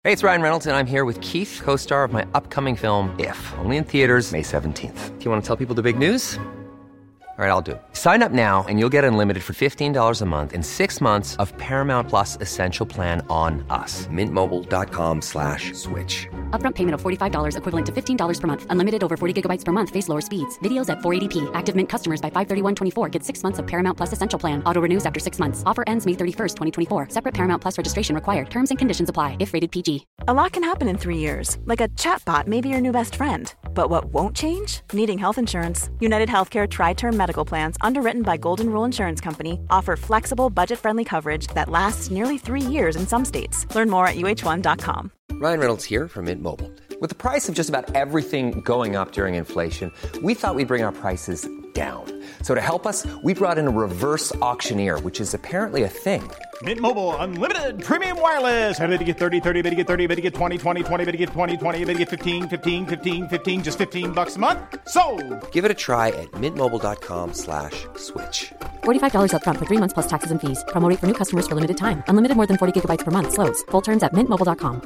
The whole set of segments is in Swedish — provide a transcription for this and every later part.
Hey, it's Ryan Reynolds, and I'm here with Keith, co-star of my upcoming film, If, only in theaters May 17th. Do you want to tell people the big news? All right, I'll do it. Sign up now and you'll get unlimited for $15 a month and 6 months of Paramount Plus Essential Plan on us. MintMobile.com/switch. Upfront payment of $45 equivalent to $15 per month. Unlimited over 40 gigabytes per month. Face lower speeds. Videos at 480p. Active Mint customers by 531.24 get 6 months of Paramount Plus Essential Plan. Auto renews after 6 months. Offer ends May 31st, 2024. Separate Paramount Plus registration required. Terms and conditions apply if rated PG. A lot can happen in 3 years. Like a chatbot may be your new best friend. But what won't change? Needing health insurance. United Healthcare Tri-Term Medical Plans, underwritten by Golden Rule Insurance Company, offer flexible, budget-friendly coverage that lasts nearly 3 years in some states. Learn more at uh1.com. Ryan Reynolds here from Mint Mobile. With the price of just about everything going up during inflation, we thought we'd bring our prices down. So to help us, we brought in a reverse auctioneer, which is apparently a thing. Mint Mobile Unlimited Premium Wireless. How to get 30, 30, bit to get 30, bit to get 20, 20, 20, bit to get 20, 20, bit to get 15, 15, 15, 15, just $15 a month? Sold! Give it a try at mintmobile.com/switch. $45 up front for 3 months plus taxes and fees. Promo rate for new customers for limited time. Unlimited more than 40 gigabytes per month. Slows full terms at mintmobile.com.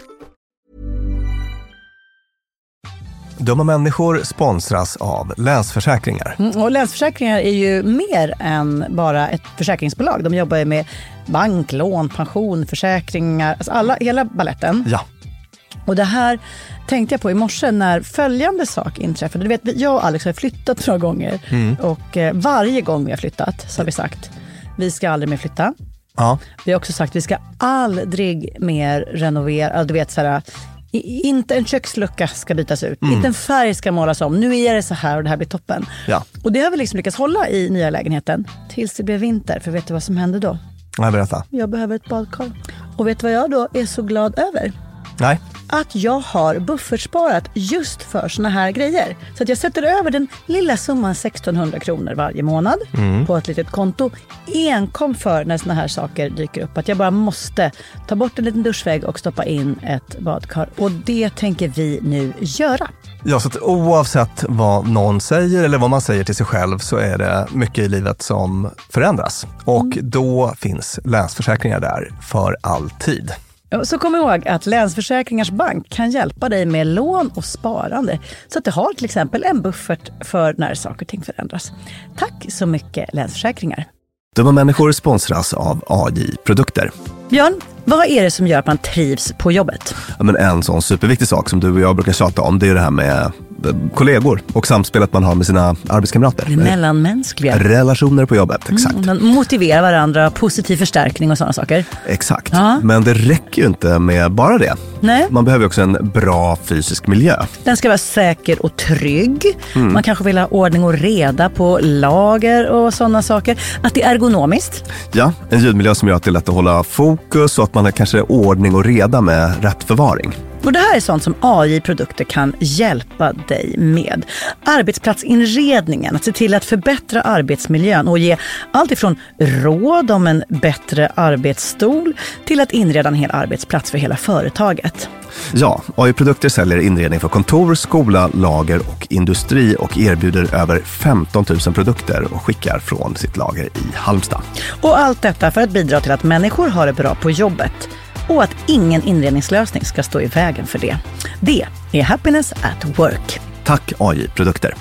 Dumma människor sponsras av Länsförsäkringar. Och Länsförsäkringar är ju mer än bara ett försäkringsbolag. De jobbar ju med bank, lån, pension, försäkringar, alltså hela balletten. Ja. Och det här tänkte jag på i morse när följande sak inträffade. Du vet, jag och Alex har flyttat några gånger. Och varje gång vi har flyttat så har vi sagt, vi ska aldrig mer flytta. Ja. Vi har också sagt, vi ska aldrig mer renovera. Du vet, såhär, inte en kökslucka ska bytas ut. Inte en färg ska målas om. Nu är det så här och det här blir toppen. Ja. Och det har vi liksom lyckats hålla i nya lägenheten tills det blev vinter. För vet du vad som hände då? Nej, berätta. Jag behöver ett badkar. Och vet du vad jag då är så glad över? Nej. Att jag har buffertsparat just för såna här grejer. Så att jag sätter över den lilla summan 1600 kronor varje månad på ett litet konto. Enkom för när såna här saker dyker upp. Att jag bara måste ta bort en liten duschvägg och stoppa in ett badkar. Och det tänker vi nu göra. Ja, så att oavsett vad någon säger eller vad man säger till sig själv så är det mycket i livet som förändras. Och då finns Länsförsäkringar där för alltid. Så kom ihåg att Länsförsäkringars bank kan hjälpa dig med lån och sparande så att du har till exempel en buffert för när saker och ting förändras. Tack så mycket Länsförsäkringar. Dumma människor sponsras av AJ-produkter. Björn, vad är det som gör att man trivs på jobbet? Ja, men en sån superviktig sak som du och jag brukar tjata om, det är det här med kollegor och samspelet man har med sina arbetskamrater. Det mellanmänskliga. Relationer på jobbet, exakt. Man motiverar varandra, positiv förstärkning och sådana saker. Exakt, Ja. Men det räcker ju inte med bara det. Nej. Man behöver också en bra fysisk miljö. Den ska vara säker och trygg. Man kanske vill ha ordning och reda på lager och sådana saker. Att det är ergonomiskt. Ja, en ljudmiljö som gör att det är lätt att hålla fokus och att man har kanske ordning och reda med rätt förvaring. Och det här är sånt som AI-produkter kan hjälpa dig med. Arbetsplatsinredningen, att se till att förbättra arbetsmiljön och ge allt ifrån råd om en bättre arbetsstol till att inreda en hel arbetsplats för hela företaget. Ja, AI-produkter säljer inredning för kontor, skola, lager och industri och erbjuder över 15 000 produkter och skickar från sitt lager i Halmstad. Och allt detta för att bidra till att människor har det bra på jobbet. Och att ingen inredningslösning ska stå i vägen för det. Det är Happiness at Work. Tack AI-produkter.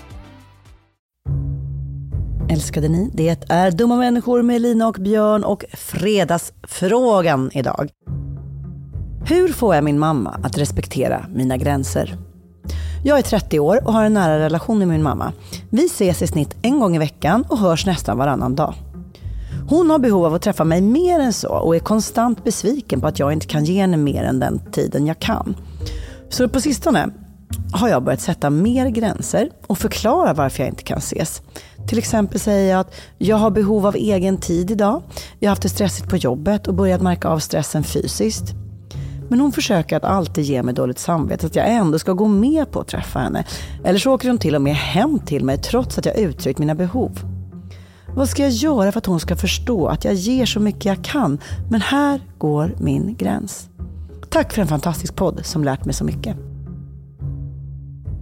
Älskade ni? Det är Dumma människor med Lina och Björn och fredagsfrågan idag. Hur får jag min mamma att respektera mina gränser? Jag är 30 år och har en nära relation med min mamma. Vi ses i snitt en gång i veckan och hörs nästan varannan dag. Hon har behov av att träffa mig mer än så och är konstant besviken på att jag inte kan ge henne mer än den tiden jag kan. Så på sistone har jag börjat sätta mer gränser och förklara varför jag inte kan ses. Till exempel säger jag att jag har behov av egen tid idag. Jag har haft det stressigt på jobbet och börjat märka av stressen fysiskt. Men hon försöker att alltid ge mig dåligt samvete att jag ändå ska gå med på att träffa henne. Eller så åker hon till och med hem till mig trots att jag uttryckt mina behov. Vad ska jag göra för att hon ska förstå att jag ger så mycket jag kan, men här går min gräns? Tack för en fantastisk podd som lärt mig så mycket.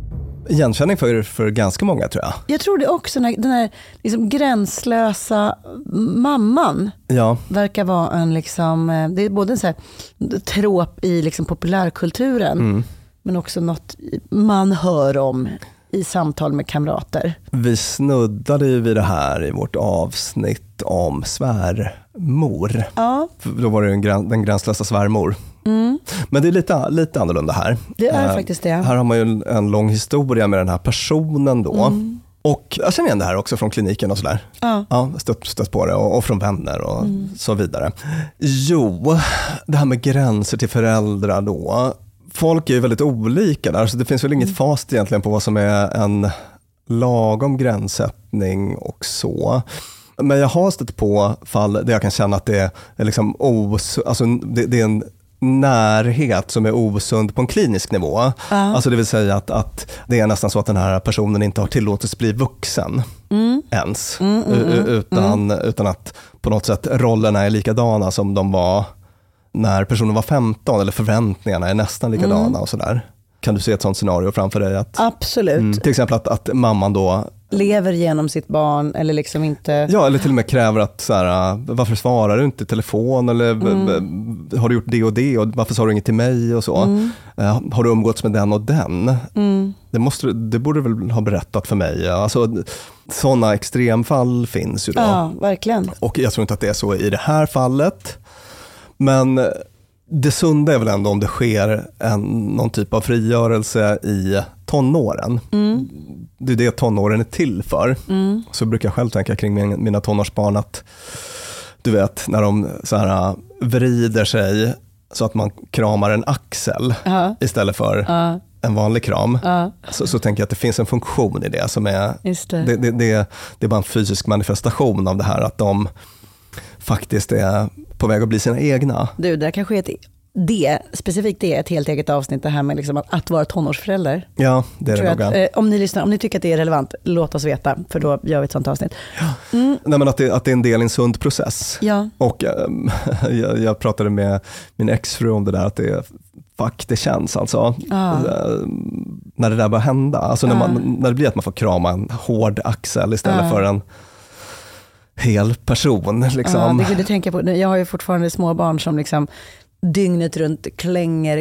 igenkänning för ganska många, tror jag. Jag tror det också, den här liksom gränslösa mamman verkar vara en liksom, det är både en så här trop i liksom populärkulturen, men också något man hör om i samtal med kamrater. Vi snuddade ju vid det här i vårt avsnitt om svärmor. Ja. Då var det den gränslösa svärmor. Men det är lite annorlunda här. Det är faktiskt det. Här har man ju en lång historia med den här personen då. Och jag känner igen det här också från kliniken och sådär. Ja, stött på det och från vänner och så vidare. Jo, det här med gränser till föräldrar då. Folk är ju väldigt olika där, så det finns väl inget fast egentligen på vad som är en lagom gränssättning och så. Men jag har stött på fall där jag kan känna att det är liksom det är en närhet som är osund på en klinisk nivå. Alltså det vill säga att det är nästan så att den här personen inte har tillåtits bli vuxen ens. Utan att på något sätt rollerna är likadana som de var när personen var 15, eller förväntningarna är nästan likadana och sådär. Kan du se ett sånt scenario framför dig? Absolut. Till exempel att mamman då lever genom sitt barn eller liksom inte... Ja, eller till och med kräver att så här, varför svarar du inte i telefon, eller har du gjort det och varför sa du inget till mig och så. Har du umgåtts med den och den? Det borde du väl ha berättat för mig. Alltså, sådana extremfall finns ju då. Ja, verkligen. Och jag tror inte att det är så i det här fallet. Men det sunda är väl ändå om det sker någon typ av frigörelse i tonåren. Det är det tonåren är till för. Så brukar jag själv tänka kring mina tonårsbarn att du vet, när de så här vrider sig så att man kramar en axel istället för en vanlig kram. Så tänker jag att det finns en funktion i det som är det är bara en fysisk manifestation av det här, att de faktiskt är på väg att bli sina egna. Du, där kanske specifikt det är ett helt eget avsnitt, det här med liksom att vara tonårsförälder. Ja, det är det nog. Om ni lyssnar, om ni tycker att det är relevant, låt oss veta, för då gör vi ett sånt avsnitt. Nej, men att det är en del i en sund process. Ja. Och jag pratade med min exfru om det där, att det känns alltså när det där börjar hända. Alltså när det blir att man får krama en hård axel istället för en hel person. Liksom. Det tänker jag på. Jag har ju fortfarande små barn som liksom dygnet runt klänger,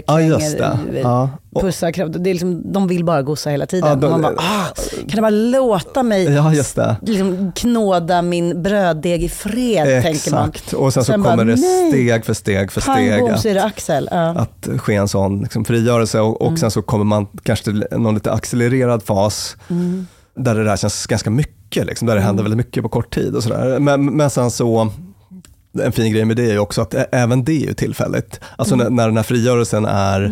pussar kraftigt. Det är liksom, de vill bara gossa hela tiden. Man bara, kan du bara låta mig liksom knåda min bröddeg i fred, tänker man. Och sen så kommer det steg för steg axel. Att ske en sån liksom frigörelse och sen så kommer man kanske till någon lite accelererad fas där det där känns ganska mycket, liksom, där det händer väldigt mycket på kort tid och sådär. Men sen så, en fin grej med det är ju också att även det är ju tillfälligt. Alltså när den här frigörelsen är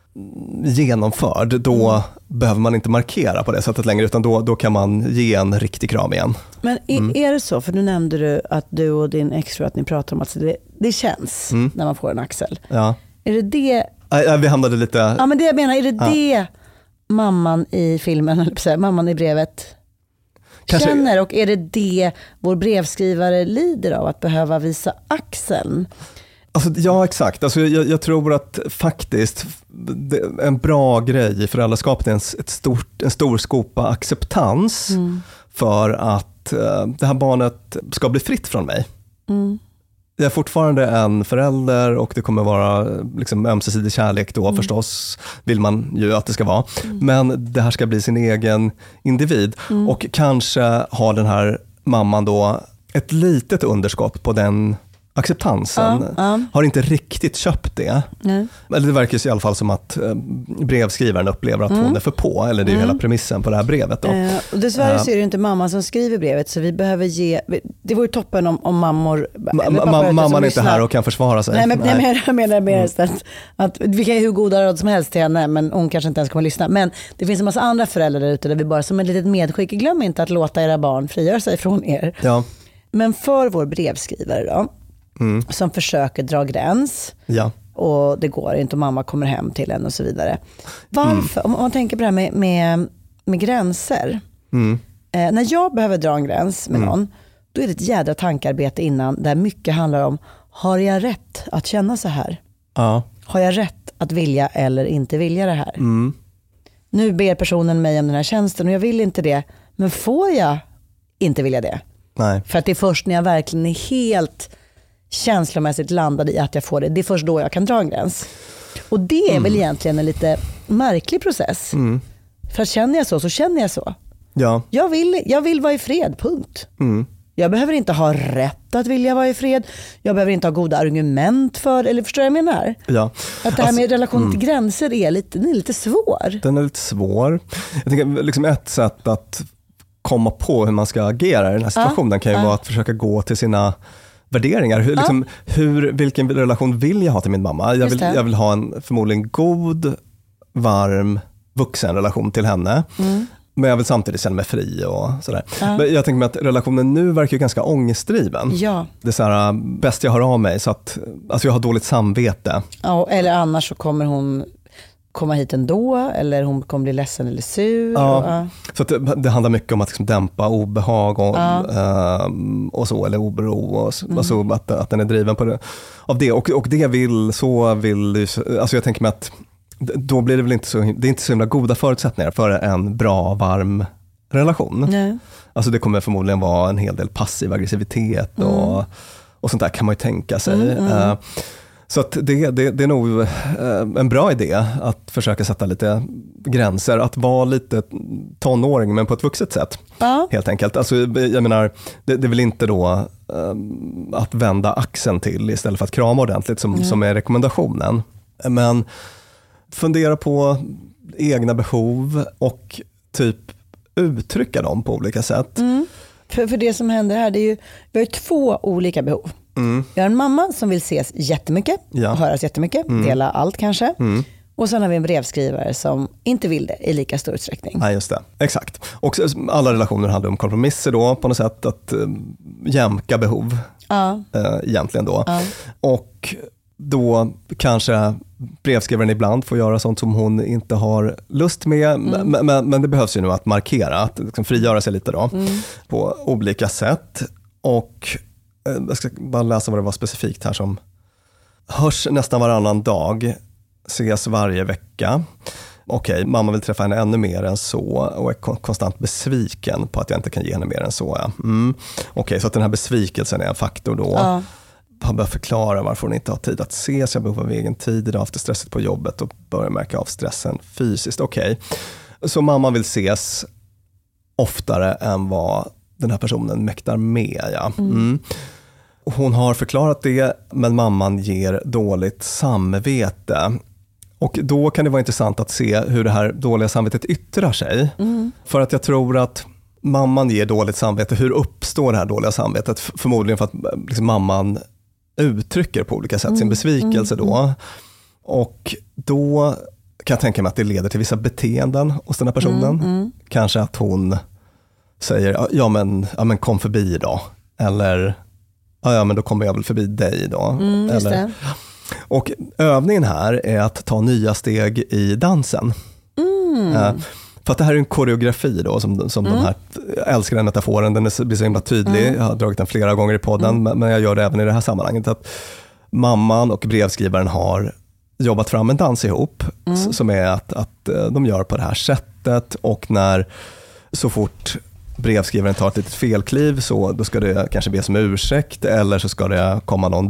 genomförd, då behöver man inte markera på det sättet längre, utan då kan man ge en riktig kram igen. Men är det så, för nu nämnde du att du och din exfru, att ni pratar om att det känns när man får en axel. Ja. Är det? Vi hamnade lite... Ja, men det jag menar, är det mamman i filmen, eller mamman i brevet kanske känner, och är det vår brevskrivare lider av, att behöva visa axeln? Alltså, ja, exakt. Alltså, jag tror att faktiskt en bra grej i föräldraskapet är en stor skopa acceptans för att det här barnet ska bli fritt från mig. Jag är fortfarande en förälder och det kommer vara liksom ömsesidig kärlek då förstås, vill man ju att det ska vara. Men det här ska bli sin egen individ. Och kanske har den här mamman då ett litet underskott på den acceptansen. Har inte riktigt köpt det. Eller det verkar i alla fall som att brevskrivaren upplever att hon är för på. Eller det är ju hela premissen på det här brevet då. Och dessvärre så är det ju inte mamman som skriver brevet, så vi behöver det vore toppen om mammor... Mamman är inte här och kan försvara sig. Nej, men jag menar mer att vi kan ju hur goda råd som helst till henne, men hon kanske inte ens kommer att lyssna. Men det finns en massa andra föräldrar där ute där vi bara som ett litet medskick, glöm inte att låta era barn frigöra sig från er. Ja. Men för vår brevskrivare då, som försöker dra gräns och det går inte och mamma kommer hem till en och så vidare. Varför? Om man tänker på det här med gränser. När jag behöver dra en gräns med någon, då är det ett jädra tankarbete innan, där mycket handlar om, har jag rätt att känna så här? Har jag rätt att vilja eller inte vilja det här? nu ber personen mig om den här tjänsten och jag vill inte det. Men får jag inte vilja det? Nej. För att det är först när jag verkligen är helt känslomässigt landad i att jag får det. Det är först då jag kan dra en gräns. Och det är väl egentligen en lite märklig process. För att känner jag så känner jag så. Ja. Jag vill vara i fred, punkt. Jag behöver inte ha rätt att vilja vjag vara i fred. Jag behöver inte ha goda argument för, eller förstår jag menar? Ja. Att det här med relationen till gränser är lite svår. Den är lite svår. Jag tänker liksom ett sätt att komma på hur man ska agera i den här situationen kan ju vara att försöka gå till sina värderingar. Vilken relation vill jag ha till min mamma? Jag vill ha en förmodligen god, varm, vuxen relation till henne. Men jag vill samtidigt känna mig fri och sådär. Men jag tänker mig att relationen nu verkar ganska ångestdriven. Ja. Det är så här, bäst jag hör av mig så att alltså jag har dåligt samvete. Ja, eller annars så kommer hon komma hit ändå, eller hon kommer bli ledsen eller sur. Ja. Så att det handlar mycket om att liksom dämpa obehag och så, eller oro och så, att den är driven på det, av det. Och det vill, alltså jag tänker mig att då blir det väl inte så, det är inte så himla goda förutsättningar för en bra, varm relation. Nej. Alltså det kommer förmodligen vara en hel del passiv aggressivitet och sånt där kan man ju tänka sig. Så att det är nog en bra idé att försöka sätta lite gränser, att vara lite tonåring men på ett vuxet sätt. Helt enkelt. Alltså, jag menar, det är väl inte då att vända axeln till istället för att krama ordentligt som är rekommendationen. Men fundera på egna behov och typ uttrycka dem på olika sätt. För det som händer här, det är ju, vi har ju 2 olika behov. Vi har en mamma som vill ses jättemycket, höras jättemycket, dela allt kanske. Och sen har vi en brevskrivare som inte vill det i lika stor utsträckning. Nej, just det. Exakt. Och alla relationer handlar om kompromisser då, på något sätt att jämka behov egentligen då. Och då kanske brevskrivaren ibland får göra sånt som hon inte har lust med, men det behövs ju nu att markera, att liksom frigöra sig lite då på olika sätt. Och jag ska bara läsa vad det var specifikt här, som hörs nästan varannan dag, ses varje vecka. Okej, mamma vill träffa henne ännu mer än så och är konstant besviken på att jag inte kan ge henne mer än så. Ja. Okej, så att den här besvikelsen är en faktor då. Har börjat förklara varför hon inte har tid att ses. Jag behöver av egen tid idag efter stresset på jobbet och börjar märka av stressen fysiskt. Okej. Så mamma vill ses oftare än vad den här personen mäktar med. Ja. Hon har förklarat det, men mamman ger dåligt samvete. Och då kan det vara intressant att se hur det här dåliga samvetet yttrar sig. För att jag tror att mamman ger dåligt samvete. Hur uppstår det här dåliga samvetet? Förmodligen för att liksom, mamman uttrycker på olika sätt sin besvikelse då. Och då kan jag tänka mig att det leder till vissa beteenden hos den här personen. Kanske att hon säger, ja men kom förbi idag. Eller, ja men då kommer jag väl förbi dig idag. Eller, och övningen här är att ta nya steg i dansen. För att det här är en koreografi då, som de här, jag älskar den metaforen, den blir så himla tydlig. Jag har dragit den flera gånger i podden, men jag gör det även i det här sammanhanget. Att mamman och brevskrivaren har jobbat fram en dans ihop, som är att de gör på det här sättet, och när så fort brevskrivaren tar ett litet felkliv, så då ska det kanske be som ursäkt, eller så ska det komma något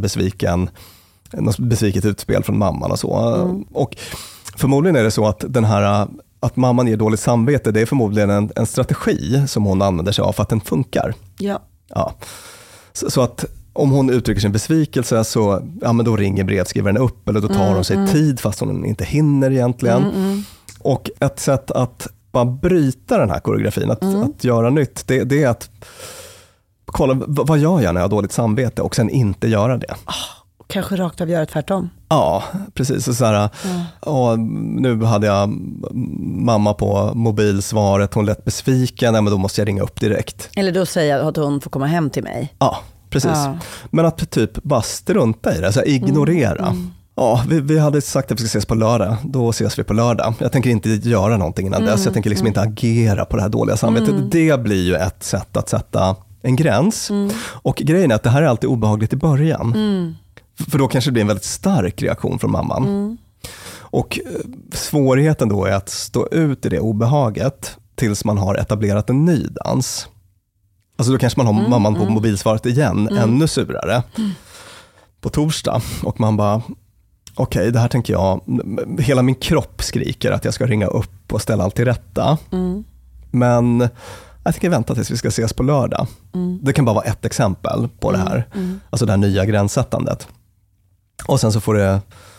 besviket utspel från mamman och så. Och förmodligen är det så att den här, att mamman ger dåligt samvete, det är förmodligen en strategi som hon använder sig av för att den funkar. Ja. Så att om hon uttrycker sin besvikelse, så men då ringer brevskrivaren upp, eller då tar hon sig tid fast hon inte hinner egentligen. Och ett sätt att bara bryta den här koreografin, att göra nytt, det är att kolla, vad gör jag när jag har dåligt samvete, och sen inte göra det. Kanske rakt av göra tvärtom. Ja, precis. Så här, nu hade jag mamma på mobilsvaret, hon lät besviken, men då måste jag ringa upp direkt. Eller då säger jag att hon får komma hem till mig. Ja, precis. Men att typ bara strunta i det, alltså ignorera. Ja, vi hade sagt att vi ska ses på lördag. Då ses vi på lördag. Jag tänker inte göra någonting innan dess. Jag tänker liksom inte agera på det här dåliga samvetet. Det blir ju ett sätt att sätta en gräns. Och grejen är att det här är alltid obehagligt i början. För då kanske det blir en väldigt stark reaktion från mamman. Och svårigheten då är att stå ut i det obehaget tills man har etablerat en ny dans. Alltså då kanske man har mamman på mobilsvaret igen, ännu surare på torsdag. Och man bara, okej, det här tänker jag, hela min kropp skriker att jag ska ringa upp och ställa allt till rätta. Men jag tänker vänta tills vi ska ses på lördag. Det kan bara vara ett exempel på det här. Alltså det här nya gränssättandet. Och sen så får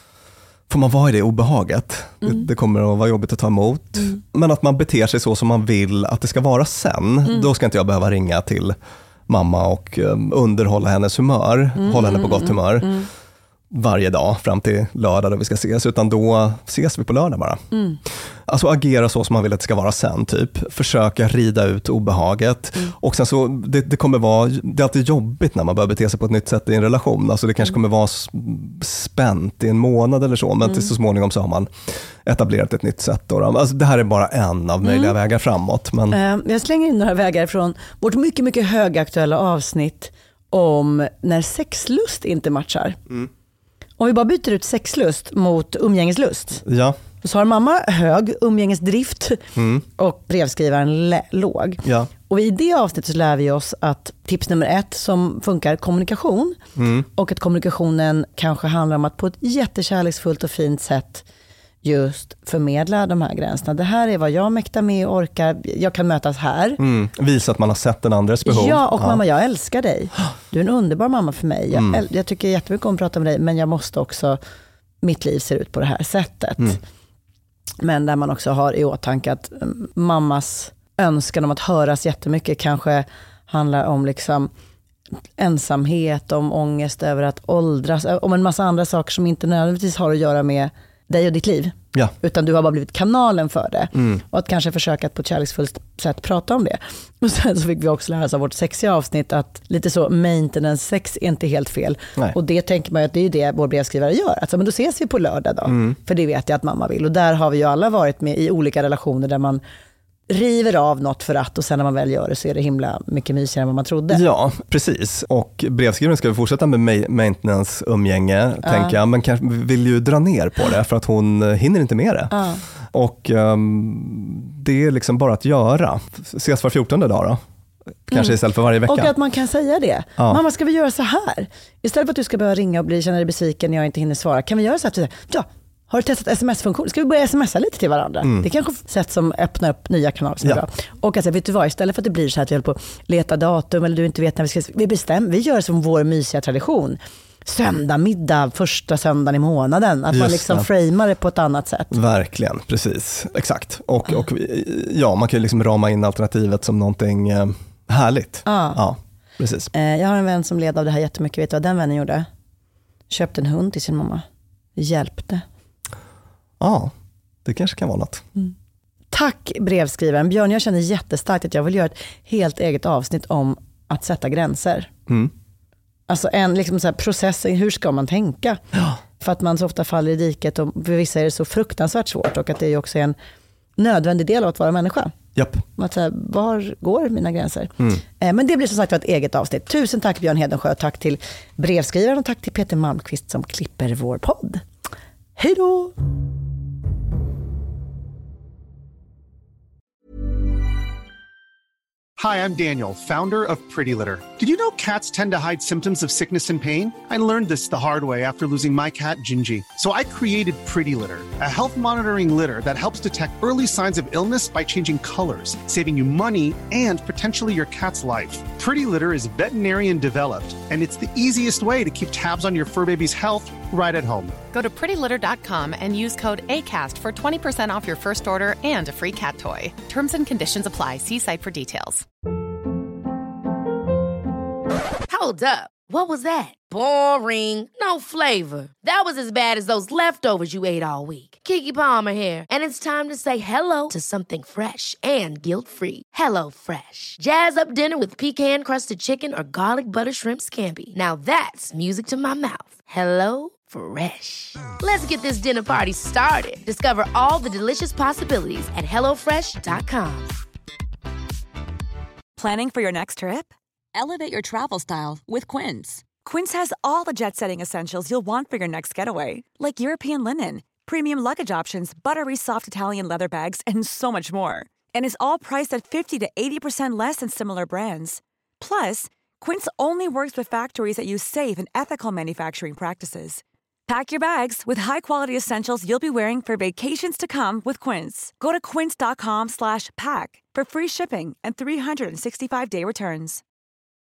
man vara i det obehaget. Det kommer att vara jobbigt att ta emot. Men att man beter sig så som man vill att det ska vara sen. Då ska inte jag behöva ringa till mamma och underhålla hennes humör. Hålla henne på gott humör. Varje dag fram till lördag då vi ska ses, utan då ses vi på lördag bara. Alltså agera så som man vill att det ska vara sen, typ. Försöka rida ut obehaget. Och sen så, det är alltid jobbigt när man börjar bete sig på ett nytt sätt i en relation. Alltså det kanske kommer vara spänt i en månad eller så, men till så småningom så har man etablerat ett nytt sätt. Då. Alltså det här är bara en av möjliga vägar framåt. Men jag slänger in några vägar från vårt mycket, mycket högaktuella avsnitt om när sexlust inte matchar. Om vi bara byter ut sexlust mot umgängeslust. Ja. Så har mamma hög umgängesdrift och brevskrivaren låg. Ja. Och i det avsnittet så lär vi oss att tips nummer 1 som funkar, kommunikation. Och att kommunikationen kanske handlar om att på ett jättekärleksfullt och fint sätt just förmedla de här gränserna. Det här är vad jag mäktar med och orkar. Jag kan mötas här. Visa att man har sett den andres behov. Ja, och mamma, jag älskar dig. Du är en underbar mamma för mig. Jag tycker jättemycket om att prata med dig, men jag måste också, mitt liv ser ut på det här sättet. Men där man också har i åtanke att mammas önskan om att höras jättemycket kanske handlar om liksom ensamhet, om ångest över att åldras, om en massa andra saker som inte nödvändigtvis har att göra med dig och ditt liv. Ja. Utan du har bara blivit kanalen för det. Och att kanske försöka att på ett kärleksfullt sätt prata om det. Och sen så fick vi också lära oss av vårt sexiga avsnitt att lite så maintenance sex är inte helt fel. Nej. Och det tänker man ju att det är det vår brevskrivare gör. Alltså, men då ses vi på lördag då. För det vet jag att mamma vill. Och där har vi ju alla varit med i olika relationer där man river av något för att, och sen när man väl gör det så är det himla mycket mysigare än vad man trodde. Ja, precis. Och brevskrivaren ska vi fortsätta med maintenance-umgänge, tänker jag. Men kanske vill ju dra ner på det för att hon hinner inte med det. Och det är liksom bara att göra. Ses var 14:e dag då. Kanske istället för varje vecka. Och att man kan säga det. Mamma, ska vi göra så här? Istället för att du ska börja ringa och känna dig besviken när jag inte hinner svara. Kan vi göra så här? Ja. Har du testat sms-funktion? Ska vi börja smsa lite till varandra? Det är kanske ett sätt som öppnar upp nya kanaler som är bra. Och alltså, vet du vad? Istället för att det blir så här att vi håller på att leta datum eller du inte vet när vi ska... Vi gör som vår mysiga tradition. Söndag, middag, första söndagen i månaden. Att man liksom framar det på ett annat sätt. Verkligen, precis. Exakt. Och ja, man kan ju liksom rama in alternativet som någonting härligt. Ja, precis. Jag har en vän som led av det här jättemycket. Vet du vad den vännen gjorde? Köpte en hund till sin mamma. Hjälpte. Ja, det kanske kan vara något. Tack brevskrivaren. Björn, jag känner jättestarkt att jag vill göra ett helt eget avsnitt om att sätta gränser. Alltså en liksom så här process, hur ska man tänka? För att man så ofta faller i diket och för vissa är det så fruktansvärt svårt och att det är också en nödvändig del av att vara människa. Japp. Att säga, var går mina gränser? Men det blir som sagt ett eget avsnitt. Tusen tack Björn Hedensjö, tack till brevskrivaren och tack till Peter Malmqvist som klipper vår podd. Hej då! Hi, I'm Daniel, founder of Pretty Litter. Did you know cats tend to hide symptoms of sickness and pain? I learned this the hard way after losing my cat, Gingy. So I created Pretty Litter, a health monitoring litter that helps detect early signs of illness by changing colors, saving you money and potentially your cat's life. Pretty Litter is veterinarian developed, and it's the easiest way to keep tabs on your fur baby's health right at home. Go to prettylitter.com and use code ACAST for 20% off your first order and a free cat toy. Terms and conditions apply. See site for details. Hold up. What was that? Boring. No flavor. That was as bad as those leftovers you ate all week. Keke Palmer here, and it's time to say hello to something fresh and guilt-free. Hello Fresh. Jazz up dinner with pecan-crusted chicken or garlic butter shrimp scampi. Now that's music to my mouth. Hello Fresh. Let's get this dinner party started. Discover all the delicious possibilities at hellofresh.com. Planning for your next trip? Elevate your travel style with Quince. Quince has all the jet-setting essentials you'll want for your next getaway, like European linen, premium luggage options, buttery soft Italian leather bags, and so much more. And is all priced at 50 to 80% less than similar brands. Plus, Quince only works with factories that use safe and ethical manufacturing practices. Pack your bags with high-quality essentials you'll be wearing for vacations to come with Quince. Go to quince.com/pack for free shipping and 365-day returns.